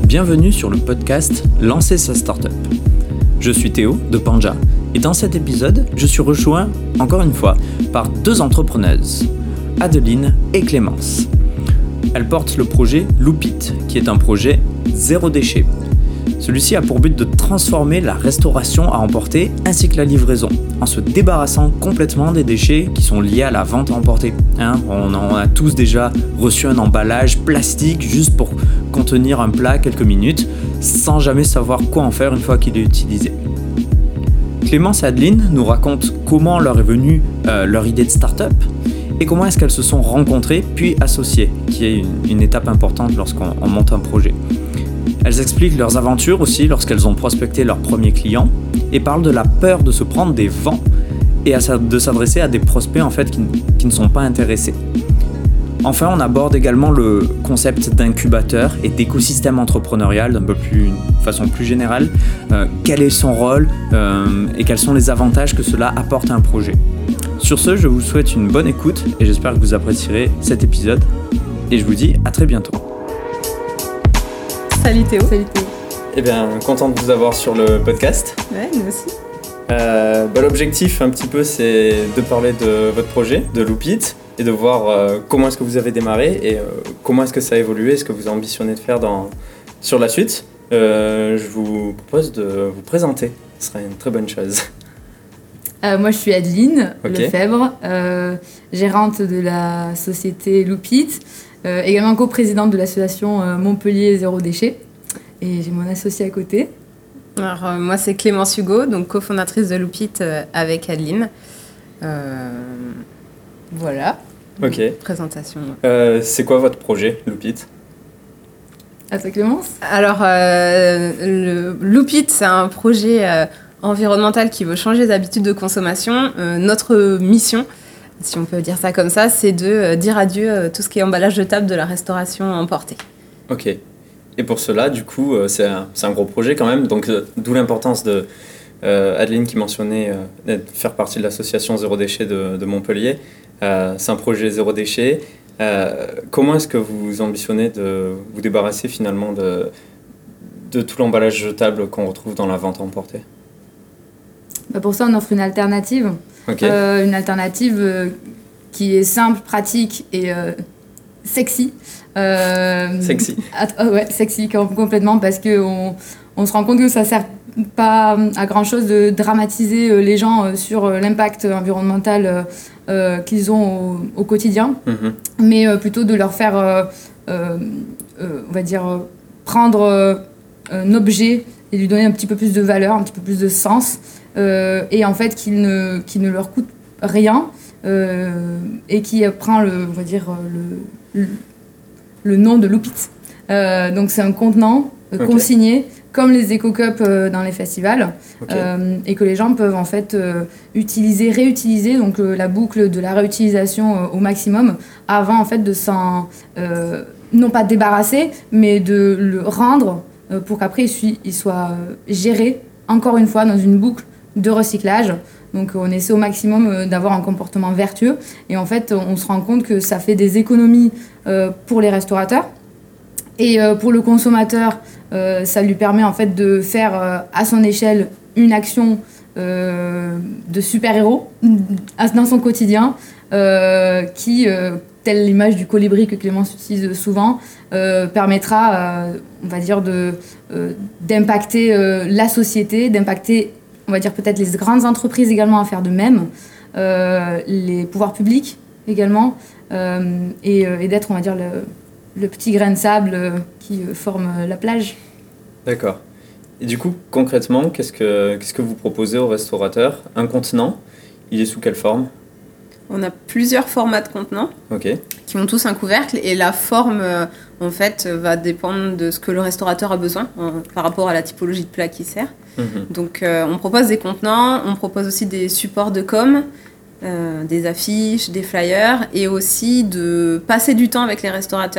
Bienvenue sur le podcast Lancer sa startup. Je suis Théo de Panja et dans cet épisode, je suis rejoint encore une fois par deux entrepreneuses, Adeline et Clémence. Elles portent le projet Loopit, qui est un projet zéro déchet. Celui-ci a pour but de transformer la restauration à emporter ainsi que la livraison, en se débarrassant complètement des déchets qui sont liés à la vente à emporter. On a tous déjà reçu un emballage plastique juste pour contenir un plat quelques minutes, sans jamais savoir quoi en faire une fois qu'il est utilisé. Clémence et Adeline nous racontent comment leur est venue leur idée de start-up et comment est-ce qu'elles se sont rencontrées puis associées, qui est une étape importante lorsqu'on monte un projet. Elles expliquent leurs aventures aussi lorsqu'elles ont prospecté leurs premiers clients et parlent de la peur de se prendre des vents et de s'adresser à des prospects en fait qui ne sont pas intéressés. Enfin, on aborde également le concept d'incubateur et d'écosystème entrepreneurial de façon plus générale. Quel est son rôle et quels sont les avantages que cela apporte à un projet. Sur ce, je vous souhaite une bonne écoute et j'espère que vous apprécierez cet épisode. Et je vous dis à très bientôt. Salut Théo. Salut Théo. Eh bien, content de vous avoir sur le podcast. Ouais, nous aussi. L'objectif un petit peu, c'est de parler de votre projet, de Loopit, et de voir comment est-ce que vous avez démarré et comment est-ce que ça a évolué, ce que vous ambitionnez de faire sur la suite. Je vous propose de vous présenter, ce serait une très bonne chose. Moi, je suis Adeline Lefebvre, gérante de la société Loopit, également coprésidente de l'association Montpellier Zéro Déchet, et j'ai mon associé à côté. Alors, moi, c'est Clémence Hugo, donc cofondatrice de Loopit avec Adeline. Voilà. Ok. Présentation. C'est quoi votre projet, Loopit ? À toi, Clémence ? Alors, le Loopit, c'est un projet environnemental qui veut changer les habitudes de consommation. Notre mission, si on peut dire ça comme ça, c'est de dire adieu à tout ce qui est emballage de table de la restauration emportée. Ok. Et pour cela, du coup, c'est un gros projet quand même, donc d'où l'importance de Adeline qui mentionnait faire partie de l'association Zéro Déchet de Montpellier. C'est un projet zéro déchet. Comment est-ce que vous ambitionnez de vous débarrasser finalement de tout l'emballage jetable qu'on retrouve dans la vente à emporter ? Pour ça, on offre une alternative. Okay. Une alternative qui est simple, pratique et sexy. Sexy. Ouais, sexy complètement, parce qu'on se rend compte que ça ne sert pas à grand-chose de dramatiser les gens sur l'impact environnemental qu'ils ont au quotidien, mais plutôt de leur faire, on va dire, prendre un objet et lui donner un petit peu plus de valeur, un petit peu plus de sens, et en fait qu'il ne leur coûte rien, et qui prend on va dire, le nom de Loopit. Donc c'est un contenant consigné, comme les éco-cups dans les festivals, et que les gens peuvent en fait utiliser, réutiliser, donc la boucle de la réutilisation au maximum, avant en fait de s'en, non pas débarrasser, mais de le rendre pour qu'après il soit géré, encore une fois, dans une boucle de recyclage. Donc on essaie au maximum d'avoir un comportement vertueux, et en fait on se rend compte que ça fait des économies pour les restaurateurs, et pour le consommateur ça lui permet en fait de faire à son échelle une action de super-héros dans son quotidien, qui, telle l'image du colibri que Clémence utilise souvent, permettra, on va dire, d'impacter la société, d'impacter, on va dire, peut-être les grandes entreprises également à faire de même, les pouvoirs publics également, et d'être, on va dire, le petit grain de sable qui forme la plage. D'accord. Et du coup, concrètement, qu'est-ce que vous proposez aux restaurateurs ? Un contenant, il est sous quelle forme ? On a plusieurs formats de contenants qui ont tous un couvercle, et la forme en fait va dépendre de ce que le restaurateur a besoin par rapport à la typologie de plat qui sert. Donc on propose des contenants, on propose aussi des supports de com, des affiches, des flyers, et aussi de passer du temps avec les restaurateurs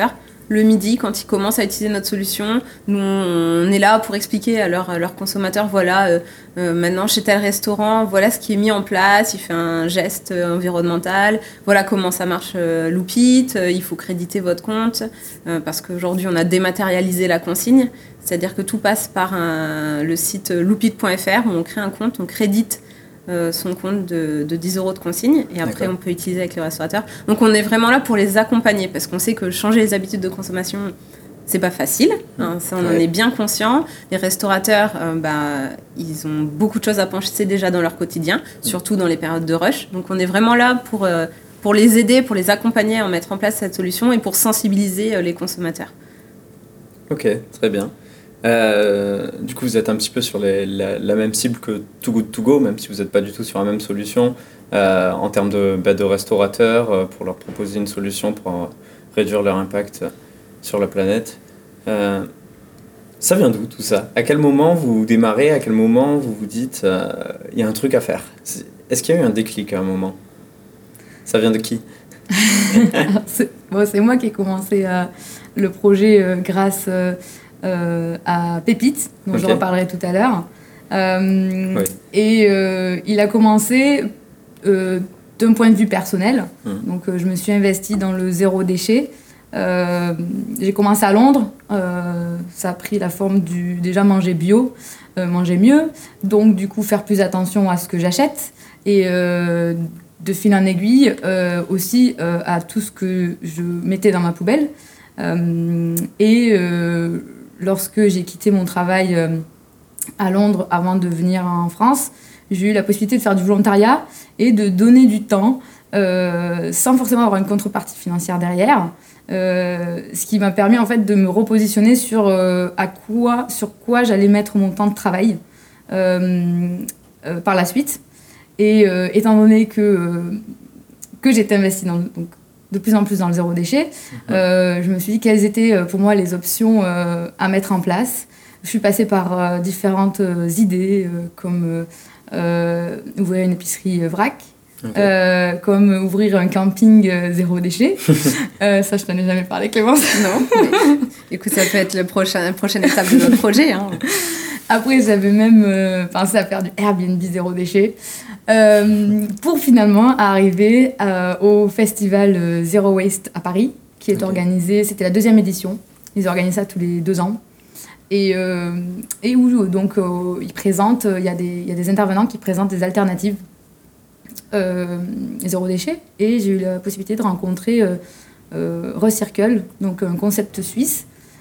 le midi, quand ils commencent à utiliser notre solution, nous, on est là pour expliquer à leurs consommateurs, voilà, maintenant chez tel restaurant, voilà ce qui est mis en place, il fait un geste environnemental, voilà comment ça marche Loopit, il faut créditer votre compte, parce qu'aujourd'hui, on a dématérialisé la consigne, c'est-à-dire que tout passe par le site loopit.fr où on crée un compte, on crédite son compte de 10 € de consigne et après on peut utiliser avec les restaurateurs. Donc on est vraiment là pour les accompagner parce qu'on sait que changer les habitudes de consommation, c'est pas facile, hein, ça on en est bien conscient. Les restaurateurs, ils ont beaucoup de choses à penser déjà dans leur quotidien, surtout dans les périodes de rush. Donc on est vraiment là pour les aider, pour les accompagner à mettre en place cette solution et pour sensibiliser les consommateurs. Ok, très bien. Du coup, vous êtes un petit peu sur la même cible que Too Good To Go, même si vous n'êtes pas du tout sur la même solution en termes de restaurateurs, pour leur proposer une solution pour réduire leur impact sur la planète. Ça vient d'où tout ça ? À quel moment vous démarrez ? À quel moment vous vous dites il y a un truc à faire ? Est-ce qu'il y a eu un déclic à un moment ? Ça vient de qui ? C'est moi qui ai commencé le projet grâce à Pépite, dont je reparlerai tout à l'heure. Et il a commencé d'un point de vue personnel. Donc je me suis investie dans le zéro déchet. J'ai commencé à Londres. Ça a pris la forme déjà manger bio, manger mieux. Donc du coup faire plus attention à ce que j'achète. Et de fil en aiguille aussi à tout ce que je mettais dans ma poubelle. Lorsque j'ai quitté mon travail à Londres avant de venir en France, j'ai eu la possibilité de faire du volontariat et de donner du temps sans forcément avoir une contrepartie financière derrière. Ce qui m'a permis en fait de me repositionner sur quoi j'allais mettre mon temps de travail par la suite. Et étant donné que j'étais investie de plus en plus dans le zéro déchet, je me suis dit quelles étaient pour moi les options à mettre en place. Je suis passée par différentes idées comme ouvrir une épicerie vrac, comme ouvrir un camping zéro déchet. Ça, je t'en ai jamais parlé, Clémence. Non. Écoute, ça peut être la prochaine étape de notre projet. Hein. Après, j'avais même pensé à faire du Airbnb zéro déchet. Pour finalement arriver au festival Zero Waste à Paris, qui est organisé, c'était la 2e édition, ils organisent ça tous les 2 ans, et où donc ils présentent, il y a des intervenants qui présentent des alternatives zéro déchet, et j'ai eu la possibilité de rencontrer Recircle, donc un concept suisse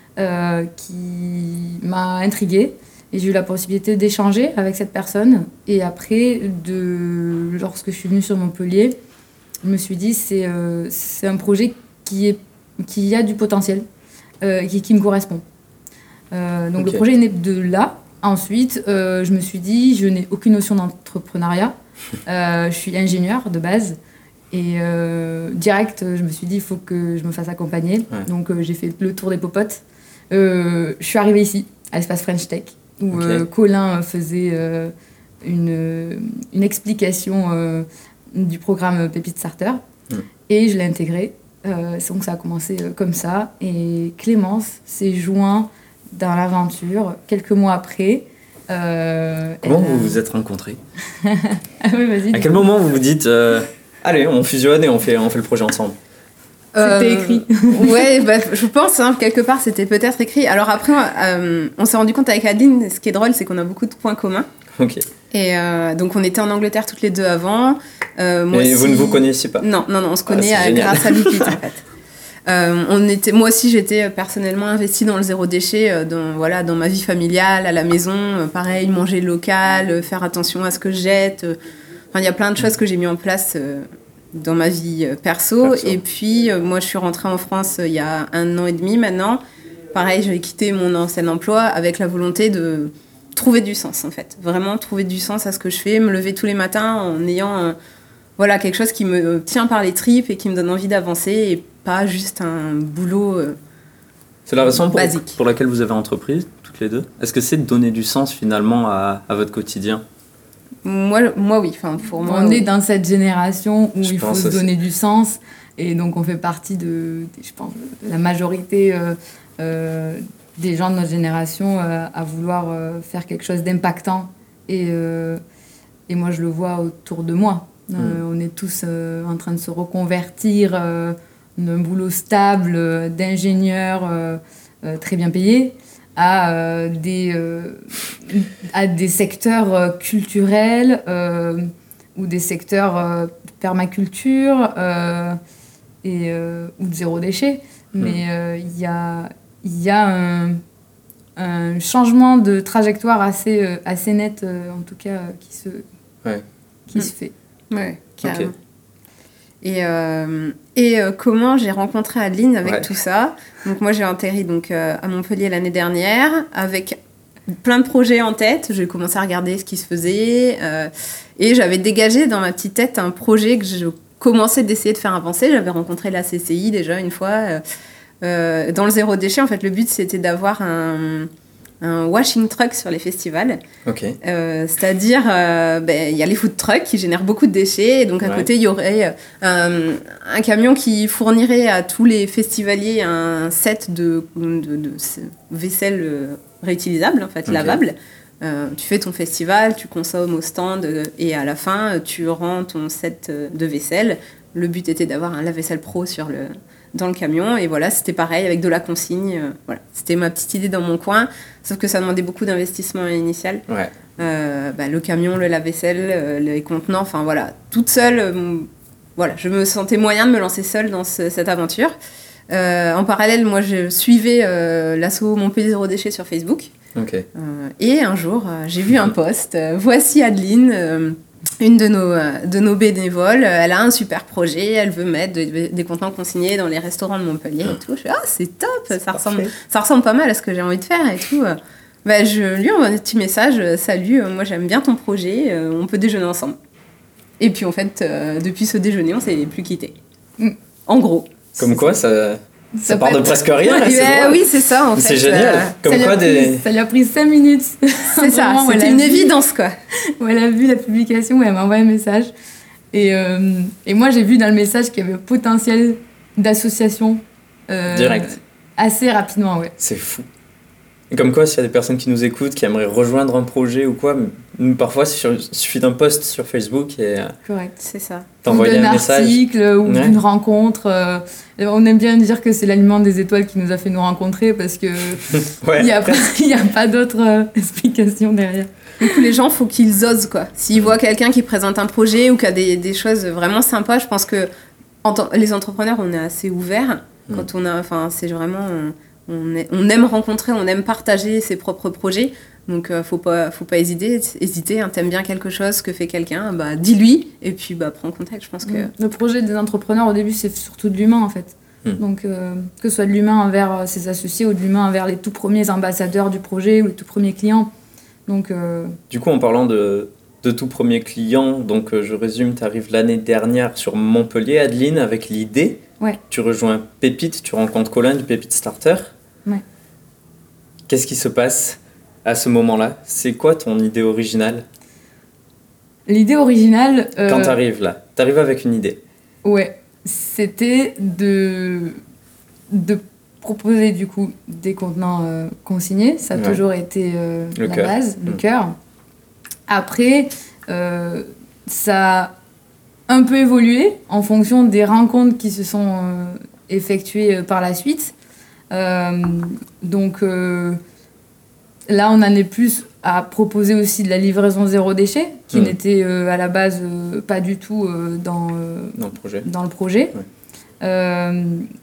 qui m'a intriguée. Et j'ai eu la possibilité d'échanger avec cette personne. Et après, lorsque je suis venue sur Montpellier, je me suis dit c'est un projet qui a du potentiel, qui me correspond. Donc le projet est né de là. Ensuite, je me suis dit, je n'ai aucune notion d'entrepreneuriat. Je suis ingénieure de base. Et direct, je me suis dit, il faut que je me fasse accompagner. Ouais. Donc j'ai fait le tour des popotes. Je suis arrivée ici, à l'espace French Tech, où Colin faisait une explication du programme Pépite Starter. Et je l'ai intégré. Donc ça a commencé comme ça. Et Clémence s'est joint dans l'aventure quelques mois après. Comment vous vous êtes rencontrés? Oui, vas-y. À quel moment vous vous dites allez, on fusionne et on fait le projet ensemble? C'était écrit. Ouais, je pense, quelque part, c'était peut-être écrit. Alors après, on s'est rendu compte avec Adeline, ce qui est drôle, c'est qu'on a beaucoup de points communs. Ok. Et donc, on était en Angleterre toutes les deux avant. Moi aussi... vous ne vous connaissiez pas? Non, on se connaît grâce à Loopit, en fait. Moi aussi, j'étais personnellement investie dans le zéro déchet, dans ma vie familiale, à la maison. Pareil, manger local, faire attention à ce que je jette. Il y a plein de choses que j'ai mis en place... dans ma vie perso. Et puis moi je suis rentrée en France il y a 1 an et demi maintenant. Pareil, j'ai quitté mon ancien emploi avec la volonté de trouver du sens, en fait, vraiment trouver du sens à ce que je fais, me lever tous les matins en ayant quelque chose qui me tient par les tripes et qui me donne envie d'avancer et pas juste un boulot c'est la raison basique. Pour laquelle vous avez entrepris toutes les deux. Est-ce que c'est de donner du sens finalement à votre quotidien? Moi oui. Enfin, pour moi, on est dans cette génération où il faut se donner du sens. Et donc, on fait partie je pense, de la majorité des gens de notre génération à vouloir faire quelque chose d'impactant. Et moi, je le vois autour de moi. On est tous en train de se reconvertir d'un boulot stable, d'ingénieur très bien payé, à des secteurs culturels ou des secteurs permaculture ou de zéro déchet. Mais il y a un changement de trajectoire assez net, en tout cas, qui se fait. Ouais, carrément. Okay. Et comment j'ai rencontré Adeline avec tout ça. Donc moi j'ai atterri à Montpellier l'année dernière avec plein de projets en tête. J'ai commencé à regarder ce qui se faisait et j'avais dégagé dans ma petite tête un projet que je commençais d'essayer de faire avancer. J'avais rencontré la CCI déjà une fois dans le zéro déchet. En fait, le but c'était d'avoir un washing truck sur les festivals. Okay. C'est-à-dire, y a les food trucks qui génèrent beaucoup de déchets. Et donc, à côté, il y aurait un camion qui fournirait à tous les festivaliers un set de vaisselle réutilisable, en fait, lavable. Tu fais ton festival, tu consommes au stand et à la fin, tu rends ton set de vaisselle. Le but était d'avoir un lave-vaisselle pro dans le camion, et voilà, c'était pareil avec de la consigne. Voilà, c'était ma petite idée dans mon coin, sauf que ça demandait beaucoup d'investissement initial. Le camion, le lave-vaisselle, les contenants, enfin voilà, toute seule. Voilà, je me sentais moyen de me lancer seule dans cette aventure. En parallèle, moi, je suivais l'asso Montpellier Zéro Déchet sur Facebook. Et un jour, j'ai vu un post. Voici Adeline. Une de nos bénévoles, elle a un super projet, elle veut mettre des contenants consignés dans les restaurants de Montpellier et tout. Je fais c'est top, ça ressemble pas mal à ce que j'ai envie de faire et tout. Je lui envoie un petit message, salut, moi j'aime bien ton projet, on peut déjeuner ensemble. Et puis en fait, depuis ce déjeuner, on s'est plus quittés. En gros. Comme quoi, ça part de presque rien, là, c'est oui, c'est ça, en fait. C'est génial. Ça lui a pris 5 minutes. C'est ça, c'était une évidence, quoi. Où elle a vu la publication, elle m'a envoyé un message. Et moi, j'ai vu dans le message qu'il y avait un potentiel d'association. Direct. Assez rapidement, ouais. C'est fou. Et comme quoi, s'il y a des personnes qui nous écoutent, qui aimeraient rejoindre un projet ou quoi, parfois, il suffit d'un post sur Facebook et correct, c'est ça. T'envoyer un message. Article ou d'une rencontre. On aime bien dire que c'est l'aliment des étoiles qui nous a fait nous rencontrer parce que il n'y a pas d'autre explication derrière. Du coup, les gens, il faut qu'ils osent, quoi. S'ils voient quelqu'un qui présente un projet ou qui a des choses vraiment sympas, je pense que les entrepreneurs, on est assez ouverts. Quand c'est vraiment... On aime rencontrer, on aime partager ses propres projets. Donc, faut pas hésiter. T'aimes bien quelque chose que fait quelqu'un, dis-lui et puis prends contact. Je pense que le projet des entrepreneurs au début, c'est surtout de l'humain en fait. Donc, que ce soit de l'humain envers ses associés ou de l'humain envers les tout premiers ambassadeurs du projet ou les tout premiers clients. Donc, du coup, en parlant de tout premier client, donc je résume, tu arrives l'année dernière sur Montpellier, Adeline, avec l'idée. Ouais. Tu rejoins Pépite, tu rencontres Colin du Pépite Starter. Ouais. Qu'est-ce qui se passe à ce moment-là? C'est quoi ton idée originale? L'idée originale... Quand t'arrives là, t'arrives avec une idée. Ouais, c'était de proposer du coup des contenants consignés. Ça a toujours été la base, le cœur. Après, ça a un peu évolué en fonction des rencontres qui se sont effectuées par la suite. Donc là, on en est plus à proposer aussi de la livraison zéro déchet, qui n'était à la base pas du tout dans le projet. Ouais.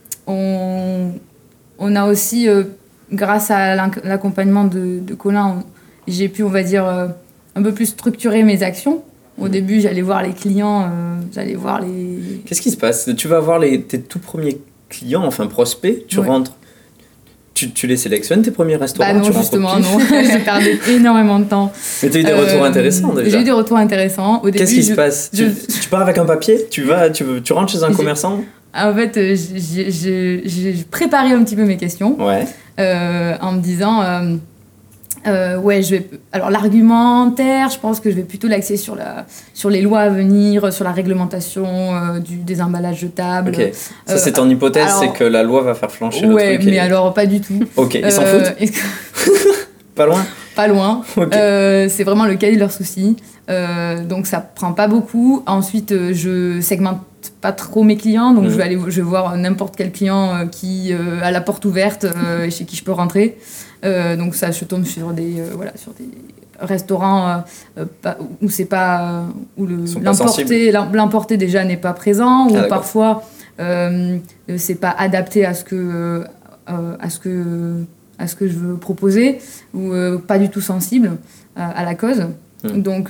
On a aussi, grâce à l'accompagnement de Colin, j'ai pu, on va dire, un peu plus structurer mes actions. Au début, j'allais voir les clients, Qu'est-ce qui se passe? Tu vas voir tes tout premiers clients, enfin prospects, tu rentres. Tu les sélectionnes, tes premiers restaurants? Non, justement, non. J'ai perdu énormément de temps. Mais tu as eu des retours intéressants, déjà. J'ai eu des retours intéressants. Au début, qu'est-ce qui se passe? Tu pars avec un papier? Tu rentres chez un commerçant? En fait, j'ai préparé un petit peu mes questions en me disant... Alors l'argumentaire, je pense que je vais plutôt l'axer sur les lois à venir, sur la réglementation des emballages jetables. Ok, ça c'est ton hypothèse, c'est que la loi va faire flancher le truc. Ouais, mais alors pas du tout. Ok, ils s'en foutent. Pas loin. Pas loin. Okay. C'est vraiment le cahier de leurs soucis. Donc ça prend pas beaucoup. Ensuite, je segmente pas trop mes clients, donc je vais voir n'importe quel client qui a la porte ouverte chez qui je peux rentrer. Donc ça, je tombe sur des restaurants où c'est pas où l'importé déjà n'est pas présent, ou parfois c'est pas adapté à ce que je veux proposer, ou pas du tout sensible à la cause. Donc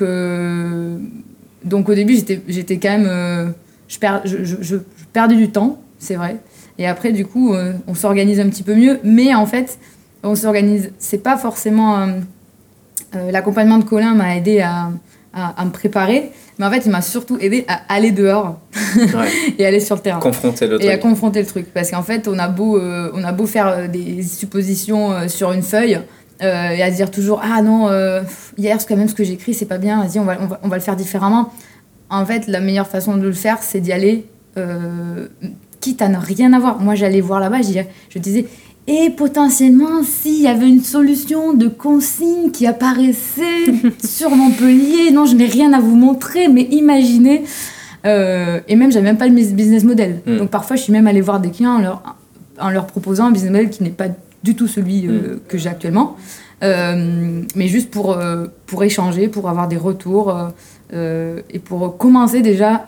au début j'étais quand même je perdais du temps, c'est vrai, et après du coup on s'organise un petit peu mieux, mais en fait on s'organise, c'est pas forcément l'accompagnement de Colin m'a aidé à me préparer, mais en fait il m'a surtout aidé à aller dehors et aller sur le terrain, confronter le truc, parce qu'en fait on a beau faire des suppositions sur une feuille et à dire toujours ah non hier quand même ce que j'écris c'est pas bien, vas-y on va le faire différemment. En fait la meilleure façon de le faire c'est d'y aller quitte à ne rien avoir. Moi j'allais voir là-bas, je disais et potentiellement s'il y avait une solution de consigne qui apparaissait sur Montpellier, non je n'ai rien à vous montrer mais imaginez et même j'avais même pas le business model. Donc parfois je suis même allée voir des clients en leur proposant un business model qui n'est pas du tout celui que j'ai actuellement, mais juste pour échanger, pour avoir des retours et pour commencer déjà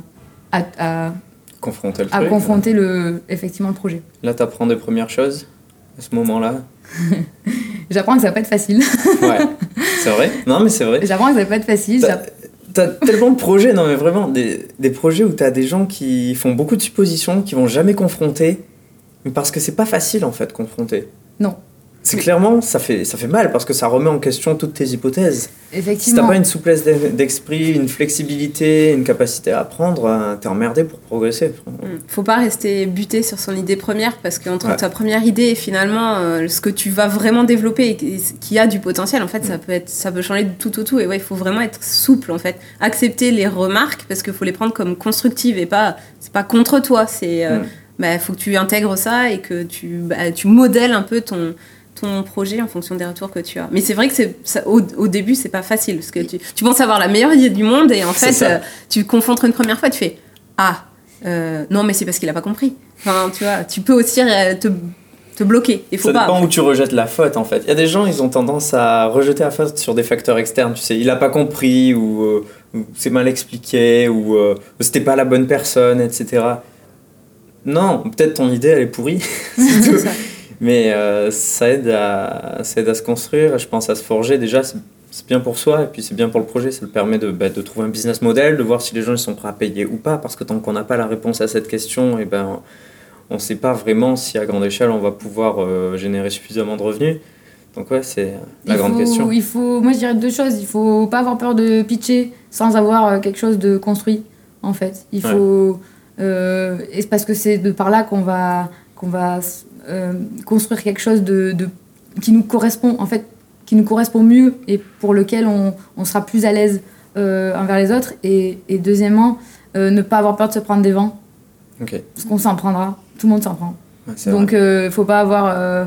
à confronter effectivement le projet. Là, tu apprends des premières choses à ce moment-là. J'apprends que ça va pas être facile. Ouais, c'est vrai. Non, mais c'est vrai. J'apprends que ça va pas être facile. T'as tellement de projets, non mais vraiment, des projets où t'as des gens qui font beaucoup de suppositions, qui vont jamais confronter, mais parce que c'est pas facile en fait, confronter. Non. C'est clairement, ça fait mal parce que ça remet en question toutes tes hypothèses. Effectivement. Si t'as pas une souplesse d'esprit, une flexibilité, une capacité à apprendre, t'es emmerdé pour progresser. Faut pas rester buté sur son idée première, parce qu'entre ta première idée et finalement ce que tu vas vraiment développer et qui a du potentiel, en fait, ça peut changer de tout au tout. Et ouais, il faut vraiment être souple en fait, accepter les remarques parce qu'il faut les prendre comme constructives et c'est pas contre toi. C'est faut que tu intègres ça et que tu modèles un peu ton projet en fonction des retours que tu as. Mais c'est vrai que au début, c'est pas facile, parce que tu penses avoir la meilleure idée du monde et en fait, tu confrontes une première fois, tu fais non, mais c'est parce qu'il a pas compris. Enfin, tu vois, tu peux aussi te bloquer. Il faut ça dépend où tu rejettes la faute, en fait. Il y a des gens, ils ont tendance à rejeter la faute sur des facteurs externes. Tu sais, il a pas compris, ou c'est mal expliqué, ou c'était pas la bonne personne, etc. Non, peut-être ton idée, elle est pourrie. C'est tout. Mais ça aide à se construire, je pense à se forger. Déjà, c'est bien pour soi et puis c'est bien pour le projet. Ça le permet de trouver un business model, de voir si les gens ils sont prêts à payer ou pas. Parce que tant qu'on n'a pas la réponse à cette question, on ne sait pas vraiment si à grande échelle on va pouvoir générer suffisamment de revenus. Donc ouais, c'est la grande question. Moi je dirais deux choses. Il ne faut pas avoir peur de pitcher sans avoir quelque chose de construit, en fait. Il faut... et parce que c'est de par là qu'on va construire quelque chose qui nous correspond, en fait, qui nous correspond mieux et pour lequel on sera plus à l'aise envers les autres. Et deuxièmement, ne pas avoir peur de se prendre des vents. Okay. Parce qu'on s'en prendra, tout le monde s'en prend. Ouais, donc faut pas avoir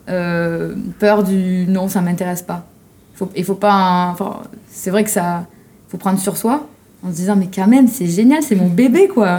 peur du non, ça m'intéresse pas. Il faut pas c'est vrai que ça faut prendre sur soi en se disant mais quand même c'est génial, c'est mon bébé quoi.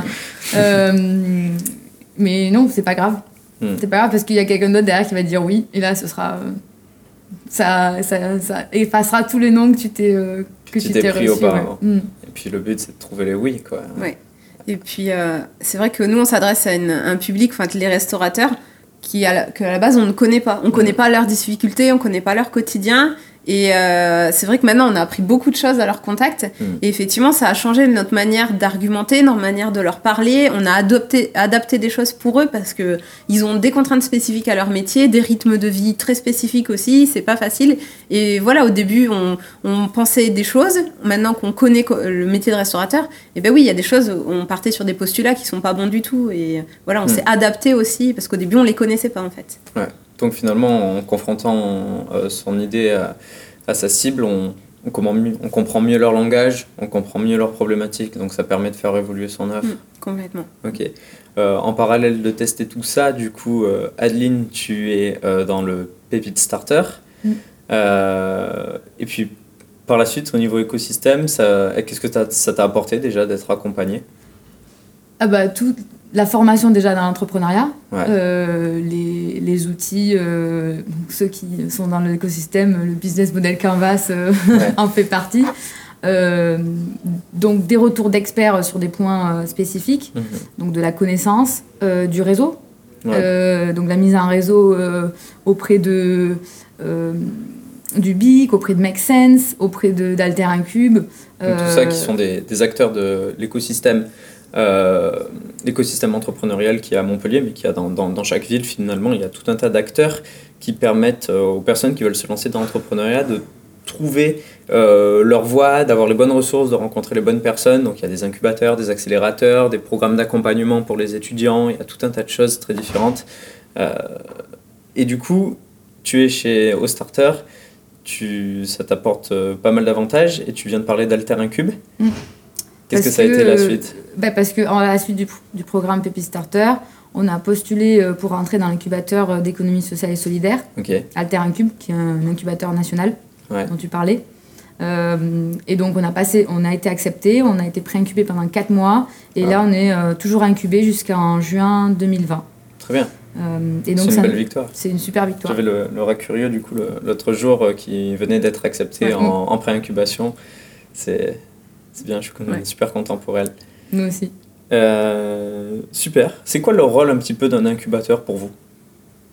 Mais non, c'est pas grave. C'est pas grave parce qu'il y a quelqu'un d'autre derrière qui va dire oui, et là ce sera ça effacera tous les noms que tu t'es pris auparavant. Ouais. Et puis le but c'est de trouver les oui quoi. Ouais. Et puis c'est vrai que nous on s'adresse à un public, enfin les restaurateurs qu'à la base on ne connaît pas. On connaît pas leurs difficultés, on connaît pas leur quotidien. Et c'est vrai que maintenant, on a appris beaucoup de choses à leur contact. Et effectivement, ça a changé notre manière d'argumenter, notre manière de leur parler. On a adapté des choses pour eux parce qu'ils ont des contraintes spécifiques à leur métier, des rythmes de vie très spécifiques aussi. C'est pas facile. Et voilà, au début, on pensait des choses. Maintenant qu'on connaît le métier de restaurateur, et ben oui, il y a des choses, on partait sur des postulats qui sont pas bons du tout. Et voilà, on s'est adapté aussi parce qu'au début, on les connaissait pas en fait. Ouais. Donc finalement, en confrontant son idée à sa cible, on comprend mieux leur langage, on comprend mieux leurs problématiques, donc ça permet de faire évoluer son offre. Complètement. Ok. En parallèle de tester tout ça, du coup, Adeline, tu es dans le Pépite Starter. Et puis, par la suite, au niveau écosystème, qu'est-ce que ça t'a apporté déjà d'être accompagné ? Toute la formation déjà dans l'entrepreneuriat, les outils, ceux qui sont dans l'écosystème, le business model Canvas en fait partie. Donc des retours d'experts sur des points spécifiques, donc de la connaissance, du réseau, donc la mise en réseau auprès du BIC, auprès de Make Sense, auprès d'Alter Incube. Tout ça qui sont des acteurs de l'écosystème entrepreneurial qu'il y a à Montpellier, mais qu'il y a dans chaque ville finalement. Il y a tout un tas d'acteurs qui permettent aux personnes qui veulent se lancer dans l'entrepreneuriat de trouver leur voie, d'avoir les bonnes ressources, de rencontrer les bonnes personnes. Donc il y a des incubateurs, des accélérateurs, des programmes d'accompagnement pour les étudiants, il y a tout un tas de choses très différentes. Et du coup, tu es chez Ostarter, ça t'apporte pas mal d'avantages et tu viens de parler d'Alter Incube. Qu'est-ce que ça a été la suite ? Parce que à la suite du programme Pépite Starter, on a postulé pour entrer dans l'incubateur d'économie sociale et solidaire, Alter Incube, qui est un incubateur national dont tu parlais. Et donc on a été accepté, on a été pré-incubé pendant 4 mois et là on est toujours incubé jusqu'en juin 2020. Très bien. Et donc c'est une belle victoire. C'est une super victoire. J'avais le rat curieux du coup l'autre jour qui venait d'être accepté en pré-incubation. C'est bien, je suis super content pour elle. Nous aussi. Super. C'est quoi le rôle un petit peu d'un incubateur pour vous actuellement ?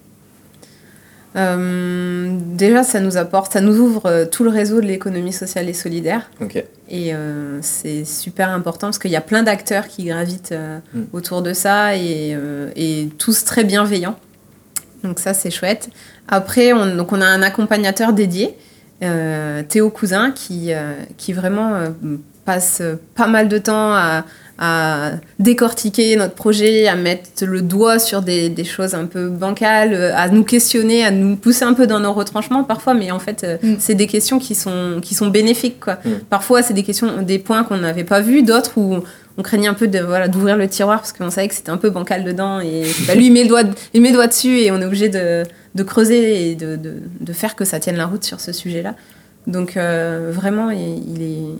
Déjà, ça nous ouvre tout le réseau de l'économie sociale et solidaire. Et c'est super important parce qu'il y a plein d'acteurs qui gravitent autour de ça et tous très bienveillants. Donc ça, c'est chouette. Après, on a un accompagnateur dédié, Théo Cousin, qui vraiment passe pas mal de temps à décortiquer notre projet, à mettre le doigt sur des choses un peu bancales, à nous questionner, à nous pousser un peu dans nos retranchements parfois, mais en fait, c'est des questions qui sont bénéfiques, quoi. Parfois, c'est des points qu'on n'avait pas vus, d'autres où on craignait un peu d'ouvrir le tiroir parce qu'on savait que c'était un peu bancal dedans et lui, il met le doigt dessus et on est obligé de creuser et de faire que ça tienne la route sur ce sujet-là. Donc, vraiment, il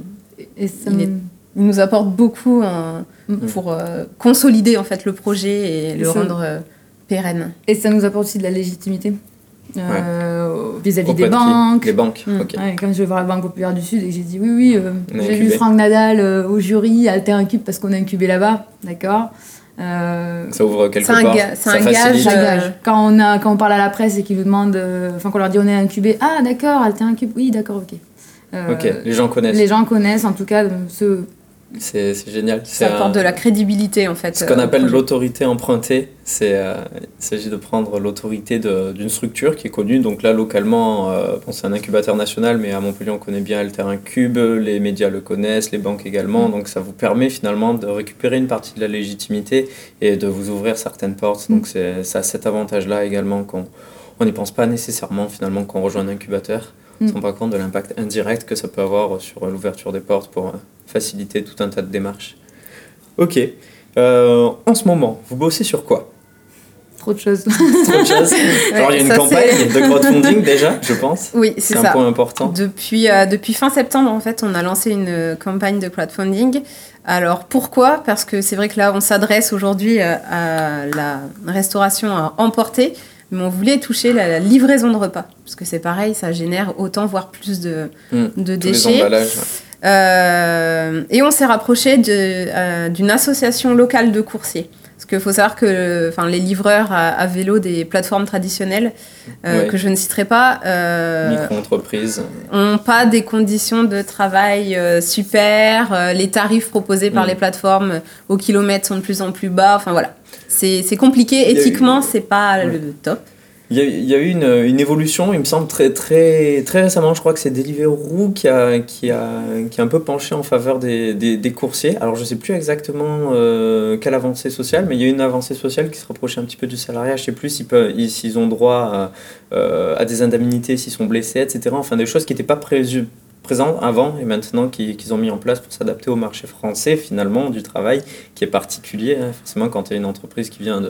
nous apporte beaucoup pour consolider en fait le projet et le rendre pérenne. Et ça nous apporte aussi de la légitimité vis-à-vis des banques. Les banques, quand je vais voir la Banque Populaire du Sud et que j'ai dit oui, j'ai vu Franck Nadal au jury, Alter Incube parce qu'on a incubé là-bas, d'accord. Ça ouvre quelque part. C'est un gage. Quand on parle à la presse et qu'ils nous demandent, qu'on leur dit on est incubé, ah d'accord, Alter Incube, oui d'accord, ok. Les gens connaissent. Les gens connaissent, en tout cas, C'est génial. Ça apporte de la crédibilité, en fait. Ce qu'on appelle l'autorité empruntée, il s'agit de prendre l'autorité d'une structure qui est connue. Donc là, localement, c'est un incubateur national, mais à Montpellier, on connaît bien Alter Incube, les médias le connaissent, les banques également. Donc ça vous permet finalement de récupérer une partie de la légitimité et de vous ouvrir certaines portes. Donc ça a cet avantage-là également qu'on n'y pense pas nécessairement finalement quand on rejoint un incubateur. On ne se rend pas compte de l'impact indirect que ça peut avoir sur l'ouverture des portes pour faciliter tout un tas de démarches. Ok. En ce moment, vous bossez sur quoi ? Trop de choses. Alors, il y a une campagne de crowdfunding déjà, je pense. Oui, c'est ça. C'est un point important. Depuis fin septembre, en fait, on a lancé une campagne de crowdfunding. Alors, pourquoi ? Parce que c'est vrai que là, on s'adresse aujourd'hui à la restauration à emporter, mais on voulait toucher la livraison de repas. Parce que c'est pareil, ça génère autant, voire plus de déchets. Les emballages. Et on s'est rapproché d'une association locale de coursiers. Parce qu'il faut savoir que les livreurs à vélo des plateformes traditionnelles, que je ne citerai pas, micro-entreprises, n'ont pas des conditions de travail super. Les tarifs proposés par les plateformes au kilomètre sont de plus en plus bas. Enfin voilà, c'est compliqué. Éthiquement, c'est pas le top. Il y a eu une évolution, il me semble, très, très, très récemment. Je crois que c'est Deliveroo qui a un peu penché en faveur des coursiers. Alors, je ne sais plus exactement quelle avancée sociale, mais il y a une avancée sociale qui se rapprochait un petit peu du salariat. Je ne sais plus s'ils ont droit à des indemnités, s'ils sont blessés, etc. Enfin, des choses qui n'étaient pas présentes avant et maintenant qu'ils ont mis en place pour s'adapter au marché français, finalement, du travail, qui est particulier. Hein. Forcément, quand tu es une entreprise qui vient de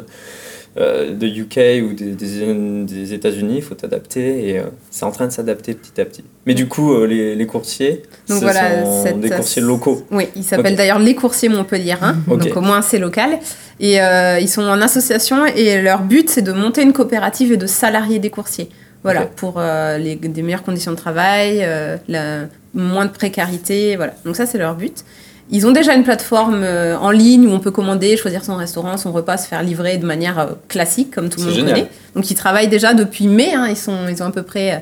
UK ou des États-Unis, il faut t'adapter et c'est en train de s'adapter petit à petit. Mais du coup, les coursiers, donc sont des coursiers locaux. Oui, ils s'appellent d'ailleurs les coursiers montpelliérains, donc au moins c'est local. Et ils sont en association et leur but c'est de monter une coopérative et de salarier des coursiers. Voilà, pour des meilleures conditions de travail, moins de précarité, voilà. Donc ça c'est leur but. Ils ont déjà une plateforme en ligne où on peut commander, choisir son restaurant, son repas, se faire livrer de manière classique, comme tout le monde connaît. Donc ils travaillent déjà depuis mai, hein, ils sont à peu près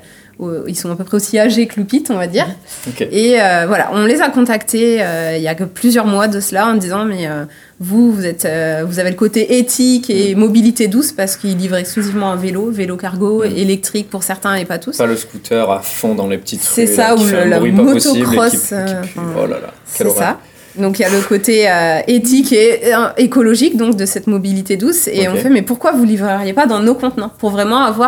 aussi âgés que Loupit, on va dire. Et voilà, on les a contactés il y a que plusieurs mois de cela en disant mais vous avez le côté éthique et mobilité douce parce qu'ils livrent exclusivement un vélo cargo, électrique pour certains et pas tous. Pas le scooter à fond dans les petites rues. C'est ça, ou la motocross. Oh là là, c'est ça. Donc il y a le côté éthique et écologique donc de cette mobilité douce et on fait mais pourquoi vous livreriez pas dans nos contenants pour vraiment avoir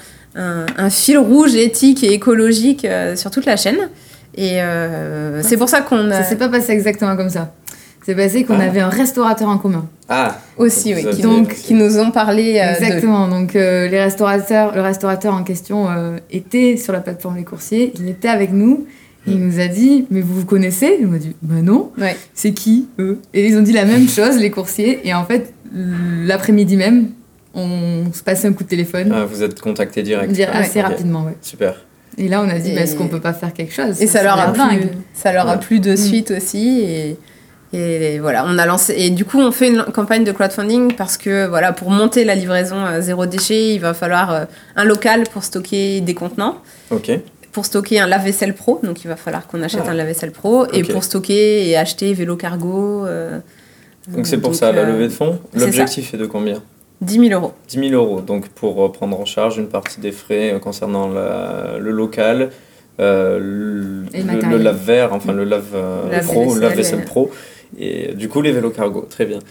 un fil rouge éthique et écologique sur toute la chaîne et c'est pour ça qu'on a... Ça s'est pas passé exactement comme ça. C'est passé qu'on avait un restaurateur en commun. Ah aussi oui, qui nous ont parlé exactement. Donc le restaurateur en question était sur la plateforme Les Coursiers, il était avec nous. Il nous a dit, mais vous connaissez ? On a dit, bah non. Ouais. C'est qui, eux ? Et ils ont dit la même chose, les coursiers. Et en fait, l'après-midi même, on se passait un coup de téléphone. Ah, vous êtes contacté direct. Assez rapidement, ouais. Super. Et là, on a dit, est-ce qu'on peut pas faire quelque chose ? Et ça leur a plu de suite aussi. Et voilà, on a lancé. Et du coup, on fait une campagne de crowdfunding parce que voilà, pour monter la livraison zéro déchet, il va falloir un local pour stocker des contenants. Ok. Pour stocker un lave-vaisselle pro, donc il va falloir qu'on achète un lave-vaisselle pro, et pour stocker et acheter vélo cargo. Donc c'est pour ça la levée de fonds. L'objectif est de combien ? 10 000 €. 10 000 €, donc pour prendre en charge une partie des frais concernant le local, le lave-verre, enfin le lave-vaisselle pro, et du coup les vélos cargo, très bien.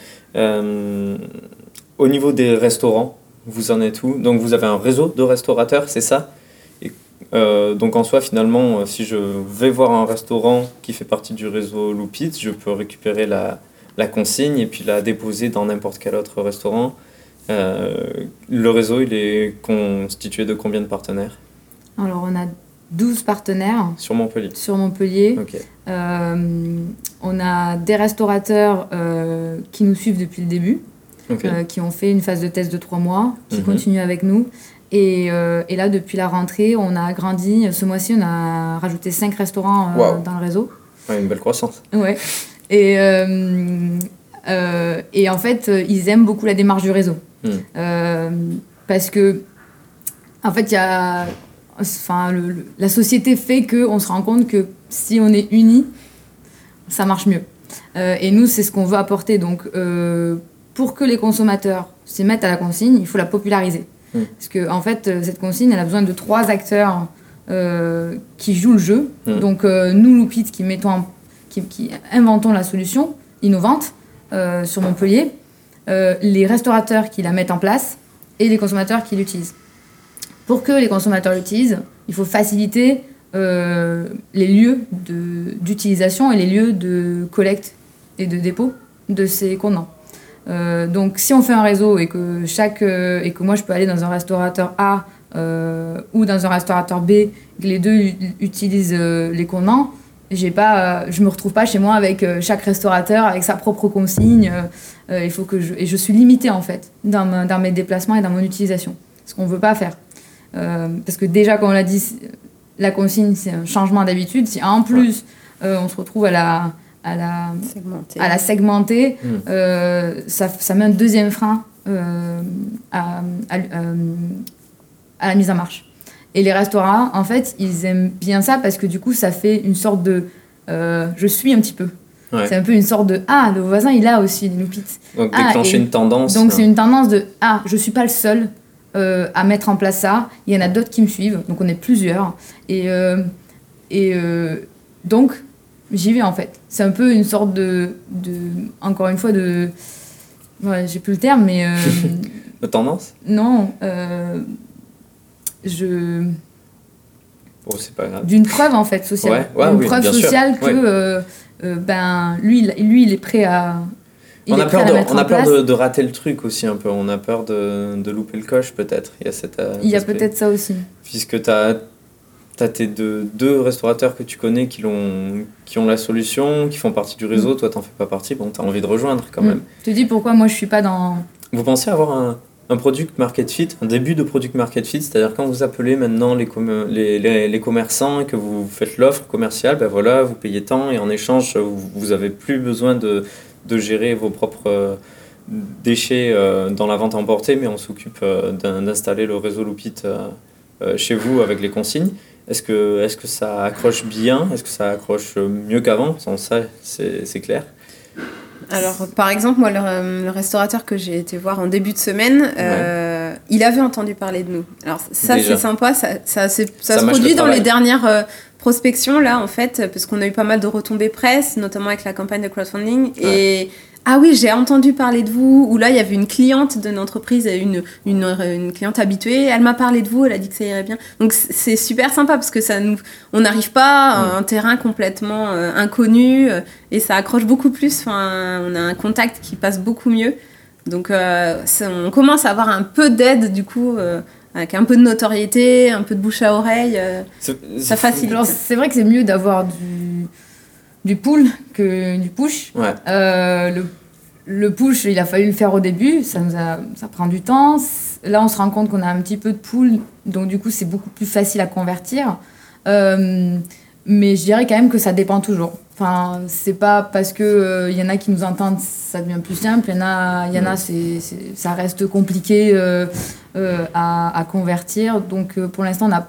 Au niveau des restaurants, vous en êtes où ? Donc vous avez un réseau de restaurateurs, c'est ça ? Donc en soi finalement si je vais voir un restaurant qui fait partie du réseau Loupit, je peux récupérer la consigne et puis la déposer dans n'importe quel autre restaurant. Le réseau il est constitué de combien de partenaires ? Alors on a 12 partenaires sur Montpellier. Okay. On a des restaurateurs qui nous suivent depuis le début, qui ont fait une phase de test de 3 mois, qui continuent avec nous. Et là, depuis la rentrée, on a agrandi. Ce mois-ci, on a rajouté 5 restaurants dans le réseau. Ouais, une belle croissance. Ouais. Et en fait, ils aiment beaucoup la démarche du réseau. Parce que, en fait, la société fait qu'on se rend compte que si on est unis, ça marche mieux. Et nous, c'est ce qu'on veut apporter. Donc, pour que les consommateurs s'y mettent à la consigne, il faut la populariser. Parce que en fait, cette consigne, elle a besoin de 3 acteurs qui jouent le jeu. Donc nous, Loupit, qui inventons la solution innovante sur Montpellier, les restaurateurs qui la mettent en place et les consommateurs qui l'utilisent. Pour que les consommateurs l'utilisent, il faut faciliter les lieux d'utilisation et les lieux de collecte et de dépôt de ces contenants. Donc si on fait un réseau et que moi je peux aller dans un restaurateur A ou dans un restaurateur B, que les deux utilisent les contenants, je me retrouve pas chez moi avec chaque restaurateur avec sa propre consigne. Il faut que je suis limitée en fait dans mes déplacements et dans mon utilisation, ce qu'on veut pas faire. Parce que déjà comme on l'a dit, la consigne c'est un changement d'habitude. Si en plus on se retrouve à la segmenter, ça met un deuxième frein à la mise en marche. Et les restaurants, en fait, ils aiment bien ça parce que du coup, ça fait une sorte de... je suis un petit peu. Ouais. C'est un peu une sorte de « Ah, le voisin, il a aussi des Loupits. » Donc déclencher une tendance. Donc c'est une tendance de « Ah, je suis pas le seul à mettre en place ça. Il y en a d'autres qui me suivent, donc on est plusieurs. Et donc, j'y vais en fait. C'est un peu une sorte encore une fois, ouais, j'ai plus le terme, mais... de tendance ? Non, c'est pas grave. D'une preuve en fait sociale. Une preuve sociale que lui il est prêt à... On a peur de rater le truc aussi un peu, on a peur de louper le coche peut-être. Il y a peut-être ça aussi. Puisque t'as tes deux restaurateurs que tu connais qui ont la solution, qui font partie du réseau, toi t'en fais pas partie, bon t'as envie de rejoindre quand même. Je te dis pourquoi moi je suis pas dans... Vous pensez avoir un product market fit, un début de product market fit, c'est-à-dire quand vous appelez maintenant les commerçants et que vous faites l'offre commerciale, ben voilà, vous payez tant et en échange vous avez plus besoin de gérer vos propres déchets dans la vente à emporter, mais on s'occupe d'installer le réseau Loopit chez vous avec les consignes. Est-ce que ça accroche bien ? Est-ce que ça accroche mieux qu'avant ? Sans ça, c'est clair. Alors, par exemple, moi, le restaurateur que j'ai été voir en début de semaine, il avait entendu parler de nous. Alors, ça, déjà, c'est sympa. Ça se produit dans les dernières prospections, là, en fait, parce qu'on a eu pas mal de retombées presse, notamment avec la campagne de crowdfunding. Ouais. Et ah oui, j'ai entendu parler de vous. Ou là, il y avait une cliente d'une entreprise, une cliente habituée. Elle m'a parlé de vous, elle a dit que ça irait bien. Donc, c'est super sympa parce que on n'arrive pas à un terrain complètement inconnu et ça accroche beaucoup plus. Enfin, on a un contact qui passe beaucoup mieux. Donc, on commence à avoir un peu d'aide, du coup, avec un peu de notoriété, un peu de bouche à oreille. Ça facilite. Alors, c'est vrai que c'est mieux d'avoir du pull que du push. Ouais. Le push, il a fallu le faire au début, ça prend du temps. Là, on se rend compte qu'on a un petit peu de pull, donc du coup, c'est beaucoup plus facile à convertir. Mais je dirais quand même que ça dépend toujours. Enfin, c'est pas parce que y en a qui nous entendent, ça devient plus simple. Il y en a, ça reste compliqué à convertir. Donc, pour l'instant, on n'a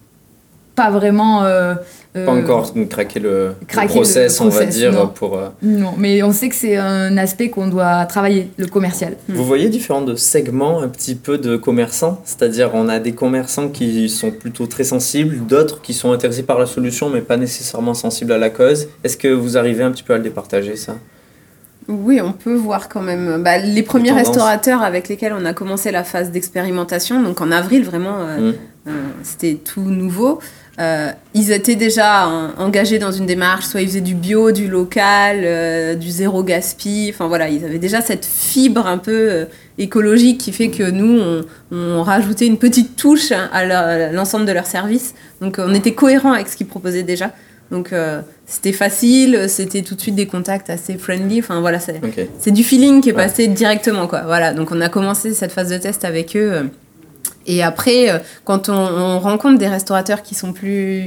pas vraiment... pas encore craquer le process, on va dire. Non. Pour... Non, mais on sait que c'est un aspect qu'on doit travailler, le commercial. Vous voyez différents segments un petit peu de commerçants, c'est-à-dire on a des commerçants qui sont plutôt très sensibles, d'autres qui sont intéressés par la solution mais pas nécessairement sensibles à la cause. Est-ce que vous arrivez un petit peu à le départager, ça ? Oui, on peut voir quand même les premiers restaurateurs avec lesquels on a commencé la phase d'expérimentation, donc en avril vraiment, c'était tout nouveau. Ils étaient déjà engagés dans une démarche, soit ils faisaient du bio, du local, du zéro gaspille, enfin voilà, ils avaient déjà cette fibre un peu écologique qui fait que nous, on rajoutait une petite touche à l'ensemble de leurs services, donc on était cohérents avec ce qu'ils proposaient déjà. Donc c'était facile, c'était tout de suite des contacts assez friendly, enfin voilà, c'est du feeling qui est passé directement, quoi. Voilà, donc on a commencé cette phase de test avec eux. Et après, quand on rencontre des restaurateurs qui sont plus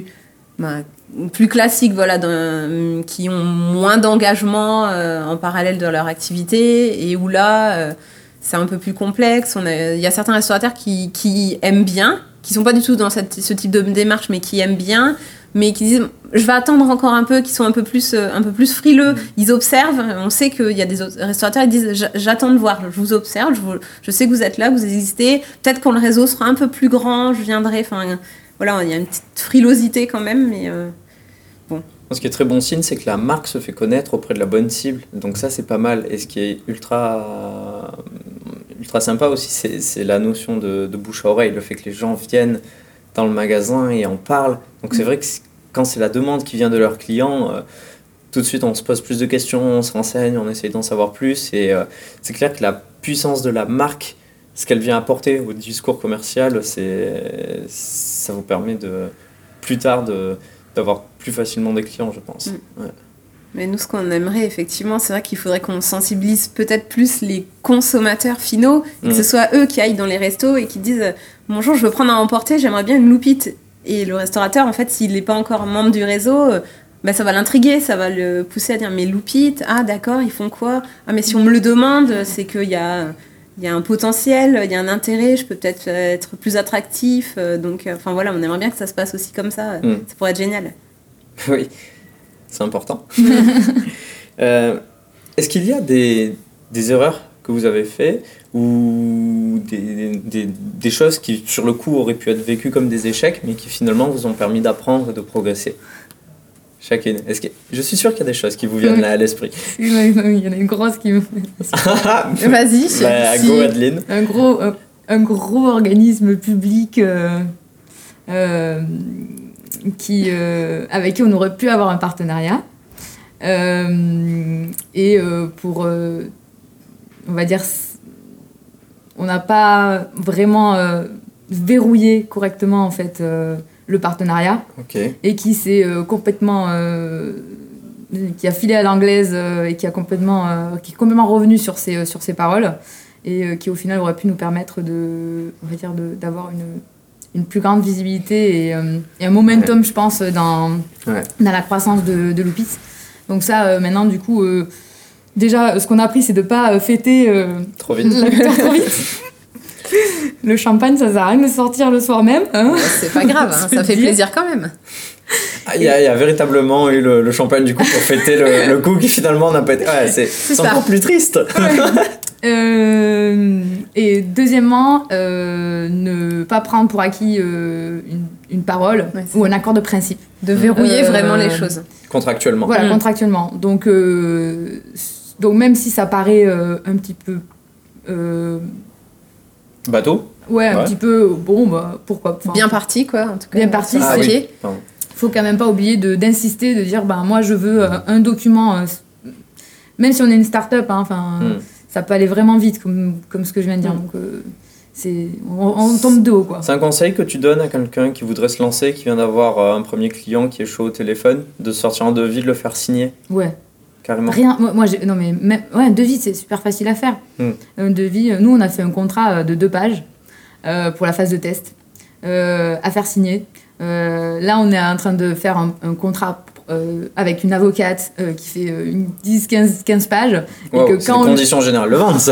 classiques, voilà, qui ont moins d'engagement en parallèle de leur activité, et où là, c'est un peu plus complexe. Il y a certains restaurateurs qui aiment bien, qui sont pas du tout dans ce type de démarche, mais qui aiment bien, mais qui disent je vais attendre encore un peu, qui sont un peu plus frileux. Ils observent. On sait qu'il y a des restaurateurs qui disent j'attends de voir, je vous observe, je sais que vous êtes là, que vous existez. Peut-être quand le réseau sera un peu plus grand, je viendrai. Enfin, voilà, il y a une petite frilosité quand même, mais bon. Ce qui est très bon signe, c'est que la marque se fait connaître auprès de la bonne cible. Donc ça, c'est pas mal. Et ce qui est ultra sympa aussi, c'est la notion de bouche à oreille, le fait que les gens viennent dans le magasin et en parlent. Donc c'est vrai que quand c'est la demande qui vient de leurs clients, tout de suite on se pose plus de questions, on se renseigne, on essaye d'en savoir plus. Et c'est clair que la puissance de la marque, ce qu'elle vient apporter au discours commercial, ça vous permet plus tard d'avoir plus facilement des clients, je pense. Ouais. Mais nous, ce qu'on aimerait, effectivement, c'est vrai qu'il faudrait qu'on sensibilise peut-être plus les consommateurs finaux, et que ce soit eux qui aillent dans les restos et qui disent « Bonjour, je veux prendre à emporter, j'aimerais bien une Loopit ». Et le restaurateur, en fait, s'il n'est pas encore membre du réseau, ça va l'intriguer, ça va le pousser à dire « Mais Loopit, ah d'accord, ils font quoi ? Ah mais si on me le demande, c'est qu'il y a un potentiel, il y a un intérêt, je peux peut-être être plus attractif. » Donc, enfin voilà, on aimerait bien que ça se passe aussi comme ça, ça pourrait être génial. Oui. C'est important. Est-ce qu'il y a des erreurs que vous avez fait ou des choses qui, sur le coup, auraient pu être vécues comme des échecs, mais qui finalement vous ont permis d'apprendre et de progresser? Chacune. Je suis sûr qu'il y a des choses qui vous viennent là à l'esprit. Il y en a une grosse qui me fait. Vas-y. Go Adeline. Un gros organisme public avec qui on aurait pu avoir un partenariat. Pour, on va dire, on n'a pas vraiment verrouillé correctement en fait le partenariat, et qui s'est complètement qui a filé à l'anglaise et qui est complètement revenu sur ses paroles, et qui au final aurait pu nous permettre d'avoir une plus grande visibilité et un momentum, je pense, dans la croissance de Loupis. Donc ça, maintenant, du coup, déjà, ce qu'on a appris, c'est de ne pas fêter trop vite. Le champagne, ça sert à rien de sortir le soir même. Hein, c'est pas grave, ça fait plaisir quand même. Il y a véritablement eu le champagne, du coup, pour fêter le coup qui finalement n'a pas été... c'est encore plus triste. Et deuxièmement, ne pas prendre pour acquis une parole ou un accord de principe. De verrouiller vraiment les choses. Contractuellement. Voilà, contractuellement. Donc même si ça paraît un petit peu... bateau. Ouais, un petit peu... Bon, bah, pourquoi pas. Bien parti, quoi, en tout cas. Bien parti, c'est ok. Faut quand même pas oublier d'insister, de dire, moi, je veux un document... même si on est une start-up, ça peut aller vraiment vite, comme ce que je viens de dire. Donc, on tombe de haut, quoi. C'est un conseil que tu donnes à quelqu'un qui voudrait se lancer, qui vient d'avoir un premier client qui est chaud au téléphone, de sortir un devis, de le faire signer? Ouais. Carrément. Rien. Un devis, c'est super facile à faire. Un devis, nous, on a fait un contrat de 2 pages pour la phase de test à faire signer. Là, on est en train de faire un contrat avec une avocate qui fait 10-15 pages. Wow, et que quand conditions générales de vente, ça.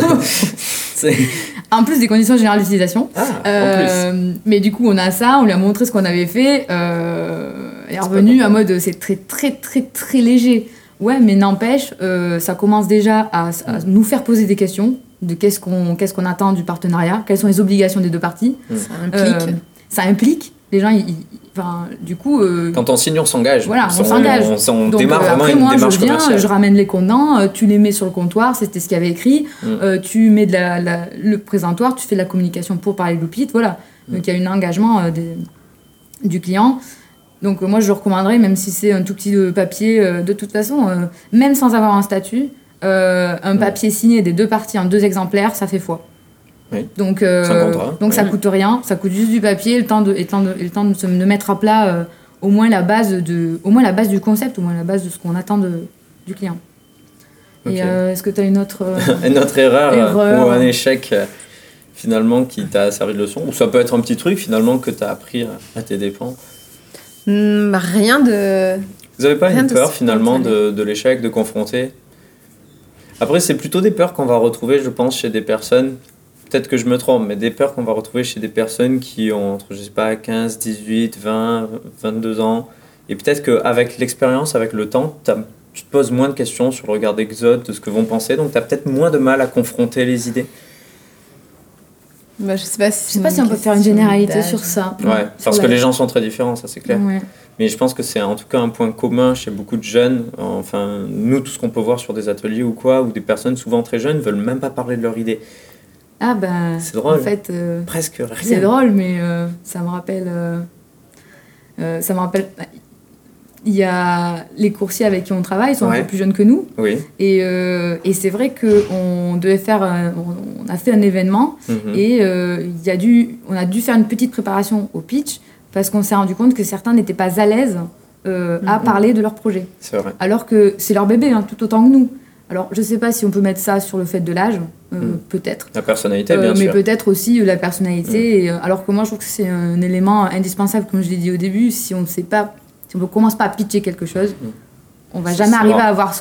En plus des conditions générales d'utilisation. Mais du coup, on a ça, on lui a montré ce qu'on avait fait. Elle est revenue en mode c'est très, très, très, très léger. Ouais, mais n'empêche, ça commence déjà à nous faire poser des questions de qu'est-ce qu'on attend du partenariat, quelles sont les obligations des deux parties. Ça implique. Les gens, du coup... Quand on signe, on s'engage. Voilà, on s'engage. On donc, démarre vraiment une démarche commerciale. Je ramène les contenants, tu les mets sur le comptoir, c'était ce qu'il y avait écrit, tu mets le présentoir, tu fais de la communication pour parler de Loupis, voilà. Donc il y a un engagement du client. Donc moi, je recommanderais, même si c'est un tout petit papier, de toute façon, même sans avoir un statut, un papier signé des deux parties en 2 exemplaires, ça fait foi. Oui. Donc ça coûte rien, ça coûte juste du papier, le temps de mettre à plat au moins la base du concept, au moins la base de ce qu'on attend du client. Okay. Et est-ce que tu as une autre erreur ou un échec finalement qui t'a servi de leçon, ou ça peut être un petit truc finalement que tu as appris à tes dépens? Rien de... Vous n'avez pas une peur finalement de l'échec, de confronter? Après, c'est plutôt des peurs qu'on va retrouver, je pense, chez des personnes, peut-être que je me trompe, mais des peurs qu'on va retrouver chez des personnes qui ont entre, 15, 18, 20, 22 ans. Et peut-être qu'avec l'expérience, avec le temps, tu te poses moins de questions sur le regard d'Exode, de ce que vont penser, donc tu as peut-être moins de mal à confronter les idées. Je sais pas si on peut faire une généralité sur ça. Ouais, parce que les gens sont très différents, ça c'est clair. Ouais. Mais je pense que c'est en tout cas un point commun chez beaucoup de jeunes. Enfin, nous, tout ce qu'on peut voir sur des ateliers ou quoi, où des personnes souvent très jeunes veulent même pas parler de leur idée. Ah ben, c'est drôle. En fait, presque rien. C'est drôle, mais ça me rappelle. Il y a les coursiers avec qui on travaille, ils sont un peu plus jeunes que nous. Oui. Et c'est vrai qu'on devait faire, on a fait un événement et on a dû faire une petite préparation au pitch parce qu'on s'est rendu compte que certains n'étaient pas à l'aise à parler de leur projet. C'est vrai. Alors que c'est leur bébé, tout autant que nous. Alors, je ne sais pas si on peut mettre ça sur le fait de l'âge, peut-être. La personnalité, bien sûr. Mais peut-être aussi la personnalité. Alors que moi, je trouve que c'est un élément indispensable, comme je l'ai dit au début. Si on ne sait pas... Si on ne commence pas à pitcher quelque chose, on ne va jamais arriver à avoir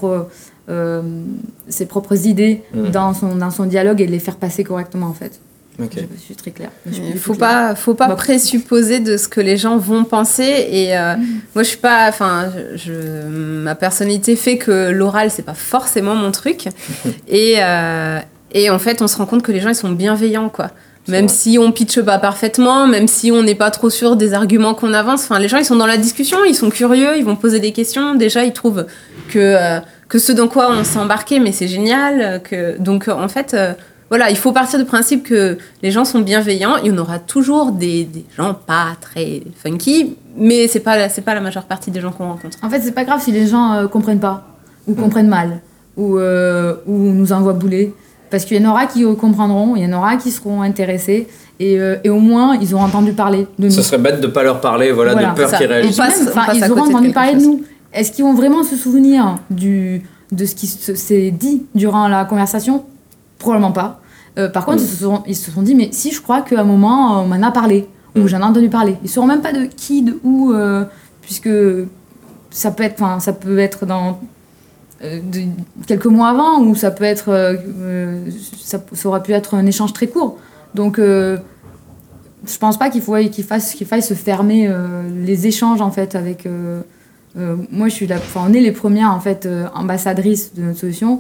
ses propres idées dans son dialogue et les faire passer correctement, en fait. Okay. Je suis très claire. Il faut pas présupposer de ce que les gens vont penser. Et moi, je suis pas. Enfin, ma personnalité fait que l'oral, c'est pas forcément mon truc. et en fait, on se rend compte que les gens, ils sont bienveillants, quoi. Même si on pitche pas parfaitement, même si on n'est pas trop sûr des arguments qu'on avance. Enfin, les gens, ils sont dans la discussion, ils sont curieux, ils vont poser des questions. Déjà, ils trouvent que ce dans quoi on s'est embarqué, mais c'est génial. Donc, en fait. Voilà, il faut partir du principe que les gens sont bienveillants. Il y en aura toujours des gens pas très funky, mais c'est pas la majeure partie des gens qu'on rencontre. En fait, c'est pas grave si les gens comprennent pas, ou comprennent mal, ou nous envoient bouler. Parce qu'il y en aura qui comprendront, il y en aura qui seront intéressés, et au moins, ils auront entendu parler de nous. Ce serait bête de pas leur parler, de peur qu'ils réagissent. Ils auront entendu parler de nous. Est-ce qu'ils vont vraiment se souvenir de ce qui s'est dit durant la conversation ? Probablement pas. Par contre, ils se sont dit, mais si, je crois qu'à un moment, on m'en a parlé, ou j'en ai entendu parler. Ils ne sauront même pas de qui, de où, puisque ça peut être dans quelques mois avant, ou ça peut être, ça aurait pu être un échange très court. Donc, je ne pense pas qu'il faille se fermer les échanges, en fait, avec... moi, on est les premières, en fait, ambassadrices de notre solution.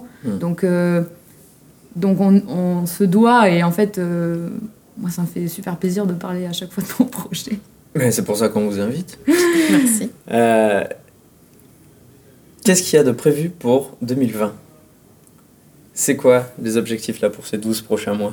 Donc on se doit, et en fait, moi ça me fait super plaisir de parler à chaque fois de mon projet. Mais c'est pour ça qu'on vous invite. Merci. Qu'est-ce qu'il y a de prévu pour 2020 ? C'est quoi les objectifs là pour ces 12 prochains mois ?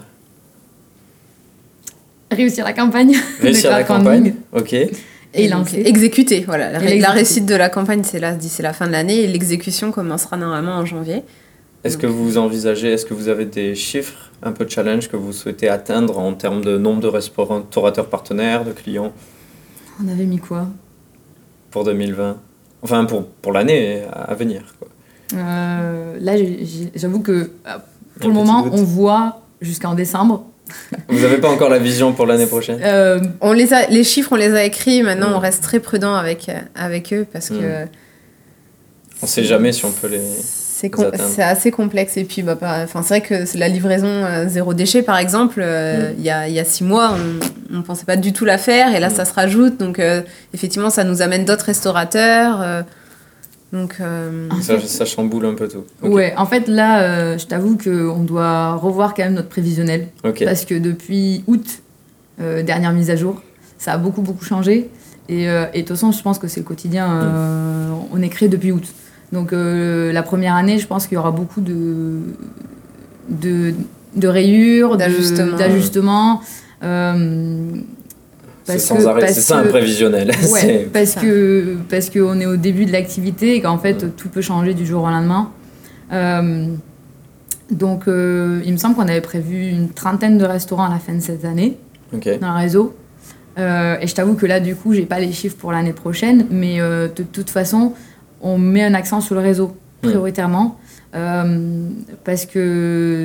Réussir la campagne. Réussir la campagne, ok. Et lancer. Exécuter, voilà. La réussite de la campagne, c'est là d'ici la fin de l'année, et l'exécution commencera normalement en janvier. Est-ce que vous avez des chiffres, un peu de challenge que vous souhaitez atteindre en termes de nombre de restaurateurs partenaires, de clients ? On avait mis quoi ? Pour 2020 ? Enfin, pour l'année à venir, quoi. Là, j'avoue que pour le moment, on voit jusqu'en décembre. Vous n'avez pas encore la vision pour l'année prochaine ? Les chiffres, on les a écrits. Maintenant, on reste très prudent avec eux parce que... On ne sait jamais si on peut les... C'est assez complexe. Et puis, c'est vrai que la livraison zéro déchet, par exemple, il y a 6 mois, on ne pensait pas du tout la faire. Et là, ça se rajoute. Donc, effectivement, ça nous amène d'autres restaurateurs. Ça chamboule un peu tout. Okay. Ouais, en fait, là, je t'avoue qu'on doit revoir quand même notre prévisionnel. Okay. Parce que depuis août, dernière mise à jour, ça a beaucoup, beaucoup changé. Et de toute façon, je pense que c'est le quotidien. On est créé depuis août. Donc la première année, je pense qu'il y aura beaucoup de rayures, d'ajustements. C'est sans arrêt, c'est ça un prévisionnel. Ouais, parce qu'on est au début de l'activité et qu'en fait tout peut changer du jour au lendemain. Donc il me semble qu'on avait prévu une 30aine de restaurants à la fin de cette année dans le réseau. Et je t'avoue que là, du coup, j'ai pas les chiffres pour l'année prochaine, mais de toute façon, on met un accent sur le réseau prioritairement, parce que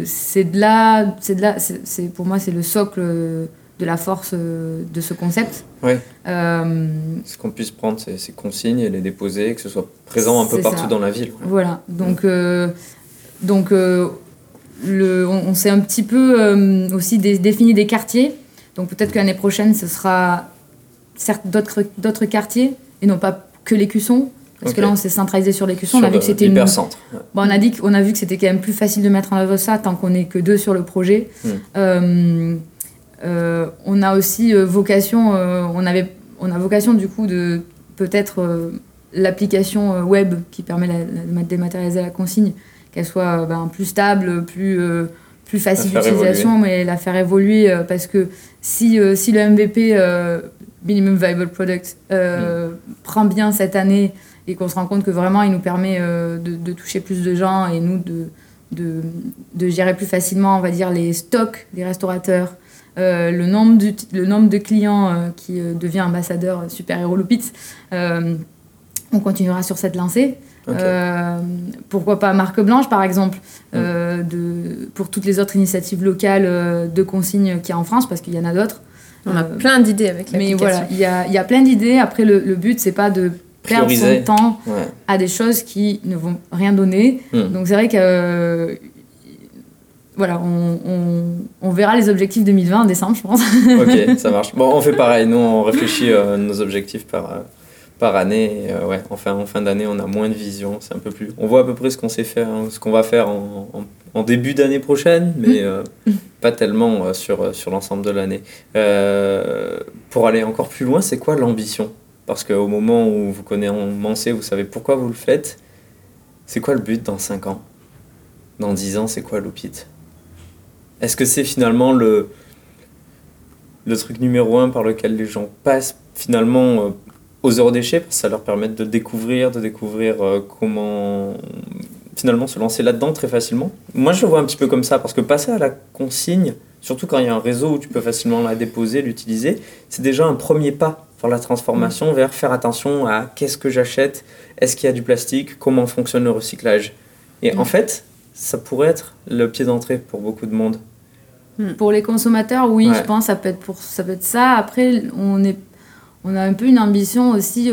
pour moi, c'est le socle de la force de ce concept. Oui. Ce qu'on puisse prendre ces consignes et les déposer, que ce soit présent un peu partout dans la ville. Ouais. Voilà. Donc on s'est un petit peu aussi défini des quartiers. Donc peut-être que l'année prochaine, ce sera certes d'autres quartiers et non pas que l'écusson. Parce que là, on s'est centralisé sur l'écusson. On a vu que c'était hypercentre. Bon, on a vu que c'était quand même plus facile de mettre en œuvre ça tant qu'on n'est que 2 sur le projet. On a aussi vocation, on a vocation du coup de peut-être l'application web qui permet de dématérialiser la consigne, qu'elle soit plus stable, plus facile d'utilisation, mais la faire évoluer, parce que si le MVP, Minimum Viable Product, prend bien cette année et qu'on se rend compte que vraiment il nous permet de toucher plus de gens et nous de gérer plus facilement, on va dire, les stocks des restaurateurs, le nombre de clients qui devient ambassadeur Super Hero Lupitz, on continuera sur cette lancée. Pourquoi pas Marque Blanche, par exemple, pour toutes les autres initiatives locales de consignes qu'il y a en France, parce qu'il y en a d'autres. On a plein d'idées avec l'application. Mais voilà, il y a plein d'idées. Après, le but, c'est pas de perdre son temps à des choses qui ne vont rien donner. Donc c'est vrai que voilà, on verra les objectifs 2020 en décembre, je pense. Ok, ça marche. Bon, on fait pareil. Nous, on réfléchit nos objectifs par année. Et, ouais, en fin d'année, on a moins de vision. C'est un peu plus... On voit à peu près ce qu'on sait faire, ce qu'on va faire en début d'année prochaine, mais pas tellement sur l'ensemble de l'année. Pour aller encore plus loin, c'est quoi l'ambition ? Parce qu'au moment où vous commencez, vous savez pourquoi vous le faites. C'est quoi le but dans 5 ans ? Dans 10 ans, c'est quoi Loopit ? Est-ce que c'est finalement le truc numéro 1 par lequel les gens passent finalement au zéro déchet, parce que ça leur permet de découvrir comment finalement se lancer là-dedans très facilement. Moi, je le vois un petit peu comme ça, parce que passer à la consigne, surtout quand il y a un réseau où tu peux facilement la déposer, l'utiliser, c'est déjà un premier pas vers la transformation, vers faire attention à qu'est-ce que j'achète, est-ce qu'il y a du plastique, comment fonctionne le recyclage. Et en fait, ça pourrait être le pied d'entrée pour beaucoup de monde. Pour les consommateurs, oui, je pense ça peut être ça. Après, on a un peu une ambition aussi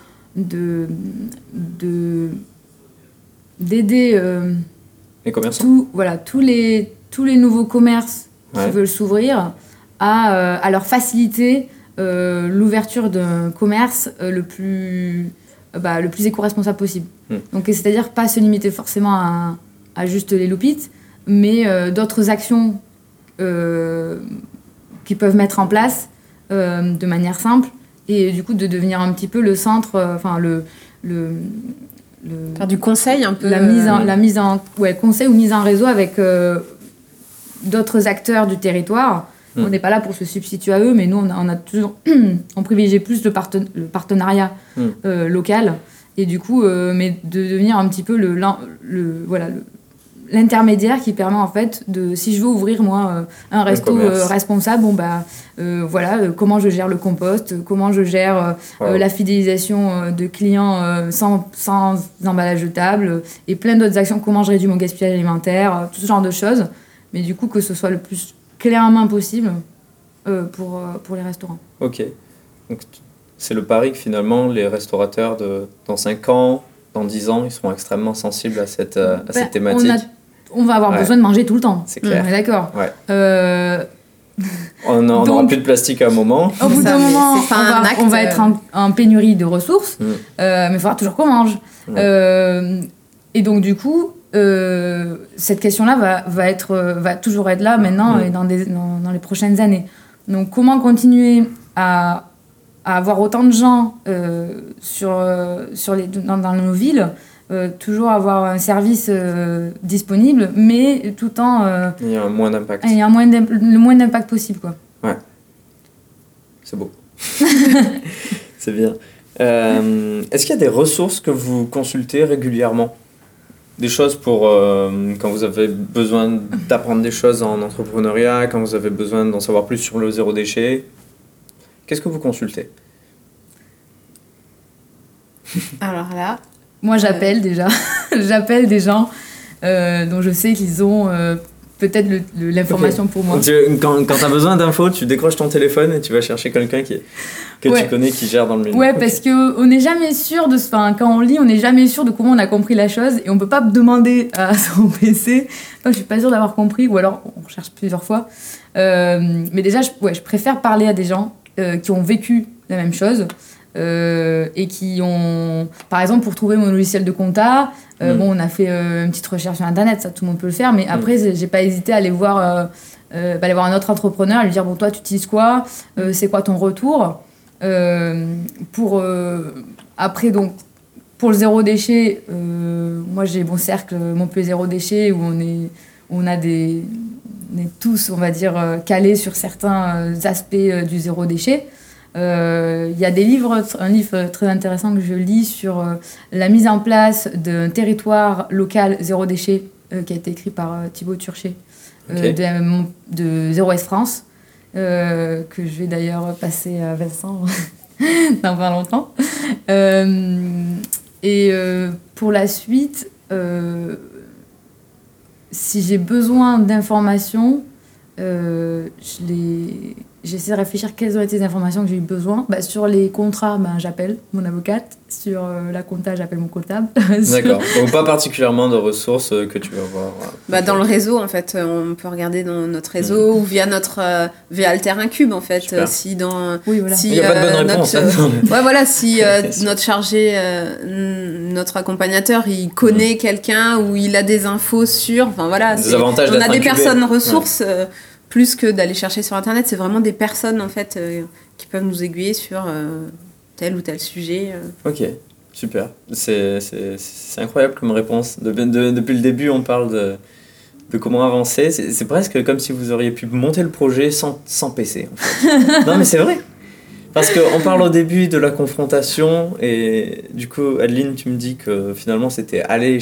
d'aider les commerçants. Tous les nouveaux commerces qui veulent s'ouvrir à leur faciliter l'ouverture d'un commerce le plus éco-responsable possible. Donc, c'est-à-dire pas se limiter forcément à juste les Loopit, mais d'autres actions qu'ils peuvent mettre en place de manière simple, et du coup de devenir un petit peu le centre, faire du conseil un peu, conseil ou mise en réseau avec d'autres acteurs du territoire. On n'est pas là pour se substituer à eux, mais nous on a toujours on privilégie plus le partenariat local, et du coup mais de devenir un petit peu l'intermédiaire qui permet en fait si je veux ouvrir moi un resto responsable, comment je gère le compost, comment je gère la fidélisation de clients sans emballage jetable, et plein d'autres actions, comment je réduis mon gaspillage alimentaire, tout ce genre de choses, mais du coup que ce soit le plus clairement possible pour les restaurants. Ok, donc c'est le pari que finalement les restaurateurs dans 5 ans, dans 10 ans, ils seront extrêmement sensibles à cette thématique. On va avoir besoin de manger tout le temps. C'est clair. On est d'accord. Ouais. On n'aura plus de plastique à un moment. Au bout d'un moment, on va être en pénurie de ressources, mais il faudra toujours qu'on mange. Et donc, du coup, cette question-là va toujours être là maintenant et dans les prochaines années. Donc, comment continuer à avoir autant de gens dans nos villes, toujours avoir un service disponible, mais tout en... il y a moins d'impact. Il y a le moins d'impact possible, quoi. Ouais. C'est beau. C'est bien. Est-ce qu'il y a des ressources que vous consultez régulièrement ? Des choses pour quand vous avez besoin d'apprendre des choses en entrepreneuriat, quand vous avez besoin d'en savoir plus sur le zéro déchet. Qu'est-ce que vous consultez ? Alors là... Moi, j'appelle déjà. J'appelle des gens dont je sais qu'ils ont peut-être l'information pour moi. Quand tu as besoin d'infos, tu décroches ton téléphone et tu vas chercher quelqu'un que tu connais, qui gère dans le milieu. Ouais, parce qu'on n'est jamais sûr quand on lit, on n'est jamais sûr de comment on a compris la chose, et on ne peut pas demander à son PC. Moi, je suis pas sûre d'avoir compris, ou alors on cherche plusieurs fois. Mais déjà, je préfère parler à des gens qui ont vécu la même chose. Et qui ont, par exemple, pour trouver mon logiciel de compta, on a fait une petite recherche sur internet, ça tout le monde peut le faire, mais après j'ai pas hésité à aller voir un autre entrepreneur et lui dire, bon, toi tu utilises quoi, c'est quoi ton retour, après, donc pour le zéro déchet, moi j'ai mon cercle Montpellier zéro déchet, où on est tous, on va dire, calés sur certains aspects du zéro déchet. Il y a un livre très intéressant que je lis sur la mise en place d'un territoire local zéro déchet, qui a été écrit par Thibaut Turchet, de Zero Waste France, que je vais d'ailleurs passer à Vincent dans pas longtemps. Pour la suite, si j'ai besoin d'informations, j'essaie de réfléchir quelles ont été les informations que j'ai eu besoin. Sur les contrats, j'appelle mon avocate. Sur la compta, j'appelle mon comptable. D'accord. Donc pas particulièrement de ressources que tu vas voir. Dans le réseau, en fait, on peut regarder dans notre réseau ou via Alter Incube, en fait. Si dans, oui, voilà. Si, il n'y a pas de bonne réponse. Si notre chargé, notre accompagnateur, il connaît quelqu'un ou il a des infos sur... Enfin voilà, des avantages on a des incubé. personnes ressources, plus que d'aller chercher sur Internet. C'est vraiment des personnes, en fait, qui peuvent nous aiguiller sur... tel ou tel sujet. Ok, super. C'est incroyable comme réponse. Depuis le début, on parle de comment avancer. C'est presque comme si vous auriez pu monter le projet sans PC. En fait. Non, mais c'est vrai. Parce qu'on parle au début de la confrontation et du coup, Adeline, tu me dis que finalement, c'était aller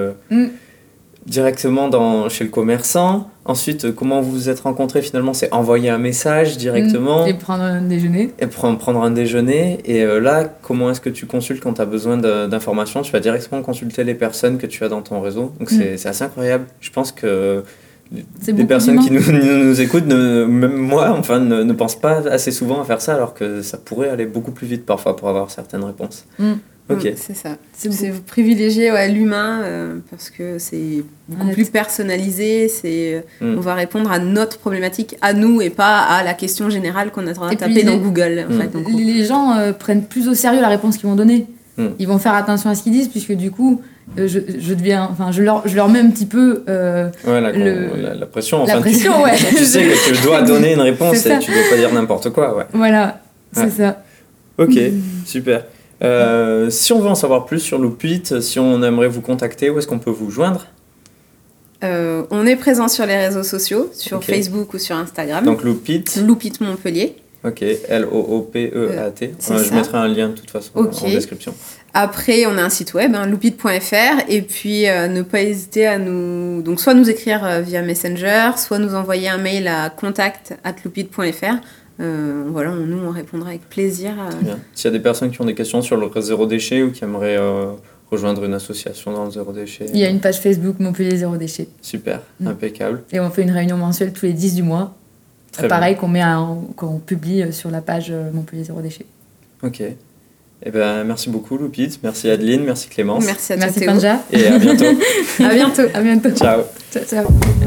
directement chez le commerçant. Ensuite, comment vous vous êtes rencontrés finalement, c'est envoyer un message directement. Et prendre un déjeuner. Et prendre un déjeuner. Et là, comment est-ce que tu consultes quand tu as besoin d'informations ? Tu vas directement consulter les personnes que tu as dans ton réseau. Donc c'est assez incroyable. Je pense que les personnes qui nous écoutent, même moi, ne pensent pas assez souvent à faire ça, alors que ça pourrait aller beaucoup plus vite parfois pour avoir certaines réponses. Ok. C'est ça. C'est privilégier l'humain parce que c'est beaucoup plus personnalisé. On va répondre à notre problématique, à nous, et pas à la question générale qu'on a tendance à taper dans Google. En fait, donc, les gens prennent plus au sérieux la réponse qu'ils vont donner. Ils vont faire attention à ce qu'ils disent, puisque du coup, je leur mets un petit peu la pression. La pression, ouais. Tu sais que tu dois donner une réponse et tu ne dois pas dire n'importe quoi. Ouais. Voilà, c'est ça. Ok, super. Si on veut en savoir plus sur Loopit, si on aimerait vous contacter, où est-ce qu'on peut vous joindre ? On est présent sur les réseaux sociaux, sur Facebook ou sur Instagram. Donc Loopit Montpellier. Ok, L-O-O-P-E-A-T. Je mettrai un lien de toute façon en description. Après, on a un site web, loopit.fr, et puis ne pas hésiter à donc soit nous écrire via Messenger, soit nous envoyer un mail à contact@loopit.fr. Nous on répondra avec plaisir. Bien. S'il y a des personnes qui ont des questions sur le zéro déchet ou qui aimeraient rejoindre une association dans le zéro déchet. Il y a une page Facebook Montpellier Zéro Déchet. Super, impeccable. Et on fait une réunion mensuelle tous les 10 du mois. Très pareil bien. qu'on publie sur la page Montpellier Zéro Déchet. Ok. Eh ben, merci beaucoup Loopit, merci Adeline, merci Clémence. Merci à toi Théo. Panja. Et à bientôt. À bientôt. Ciao. Ciao.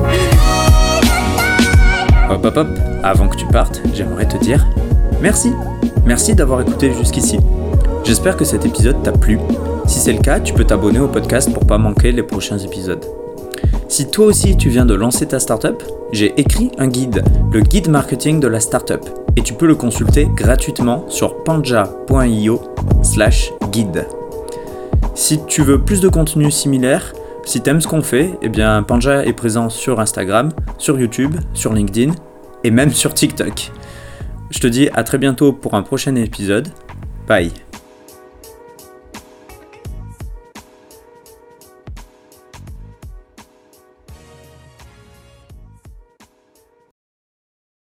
Hop. Avant que tu partes, j'aimerais te dire merci. Merci d'avoir écouté jusqu'ici. J'espère que cet épisode t'a plu. Si c'est le cas, tu peux t'abonner au podcast pour pas manquer les prochains épisodes. Si toi aussi tu viens de lancer ta startup, j'ai écrit un guide, le guide marketing de la startup, et tu peux le consulter gratuitement sur panja.io/guide. Si tu veux plus de contenu similaire, si t'aimes ce qu'on fait, Panja est présent sur Instagram, sur YouTube, sur LinkedIn et même sur TikTok. Je te dis à très bientôt pour un prochain épisode. Bye.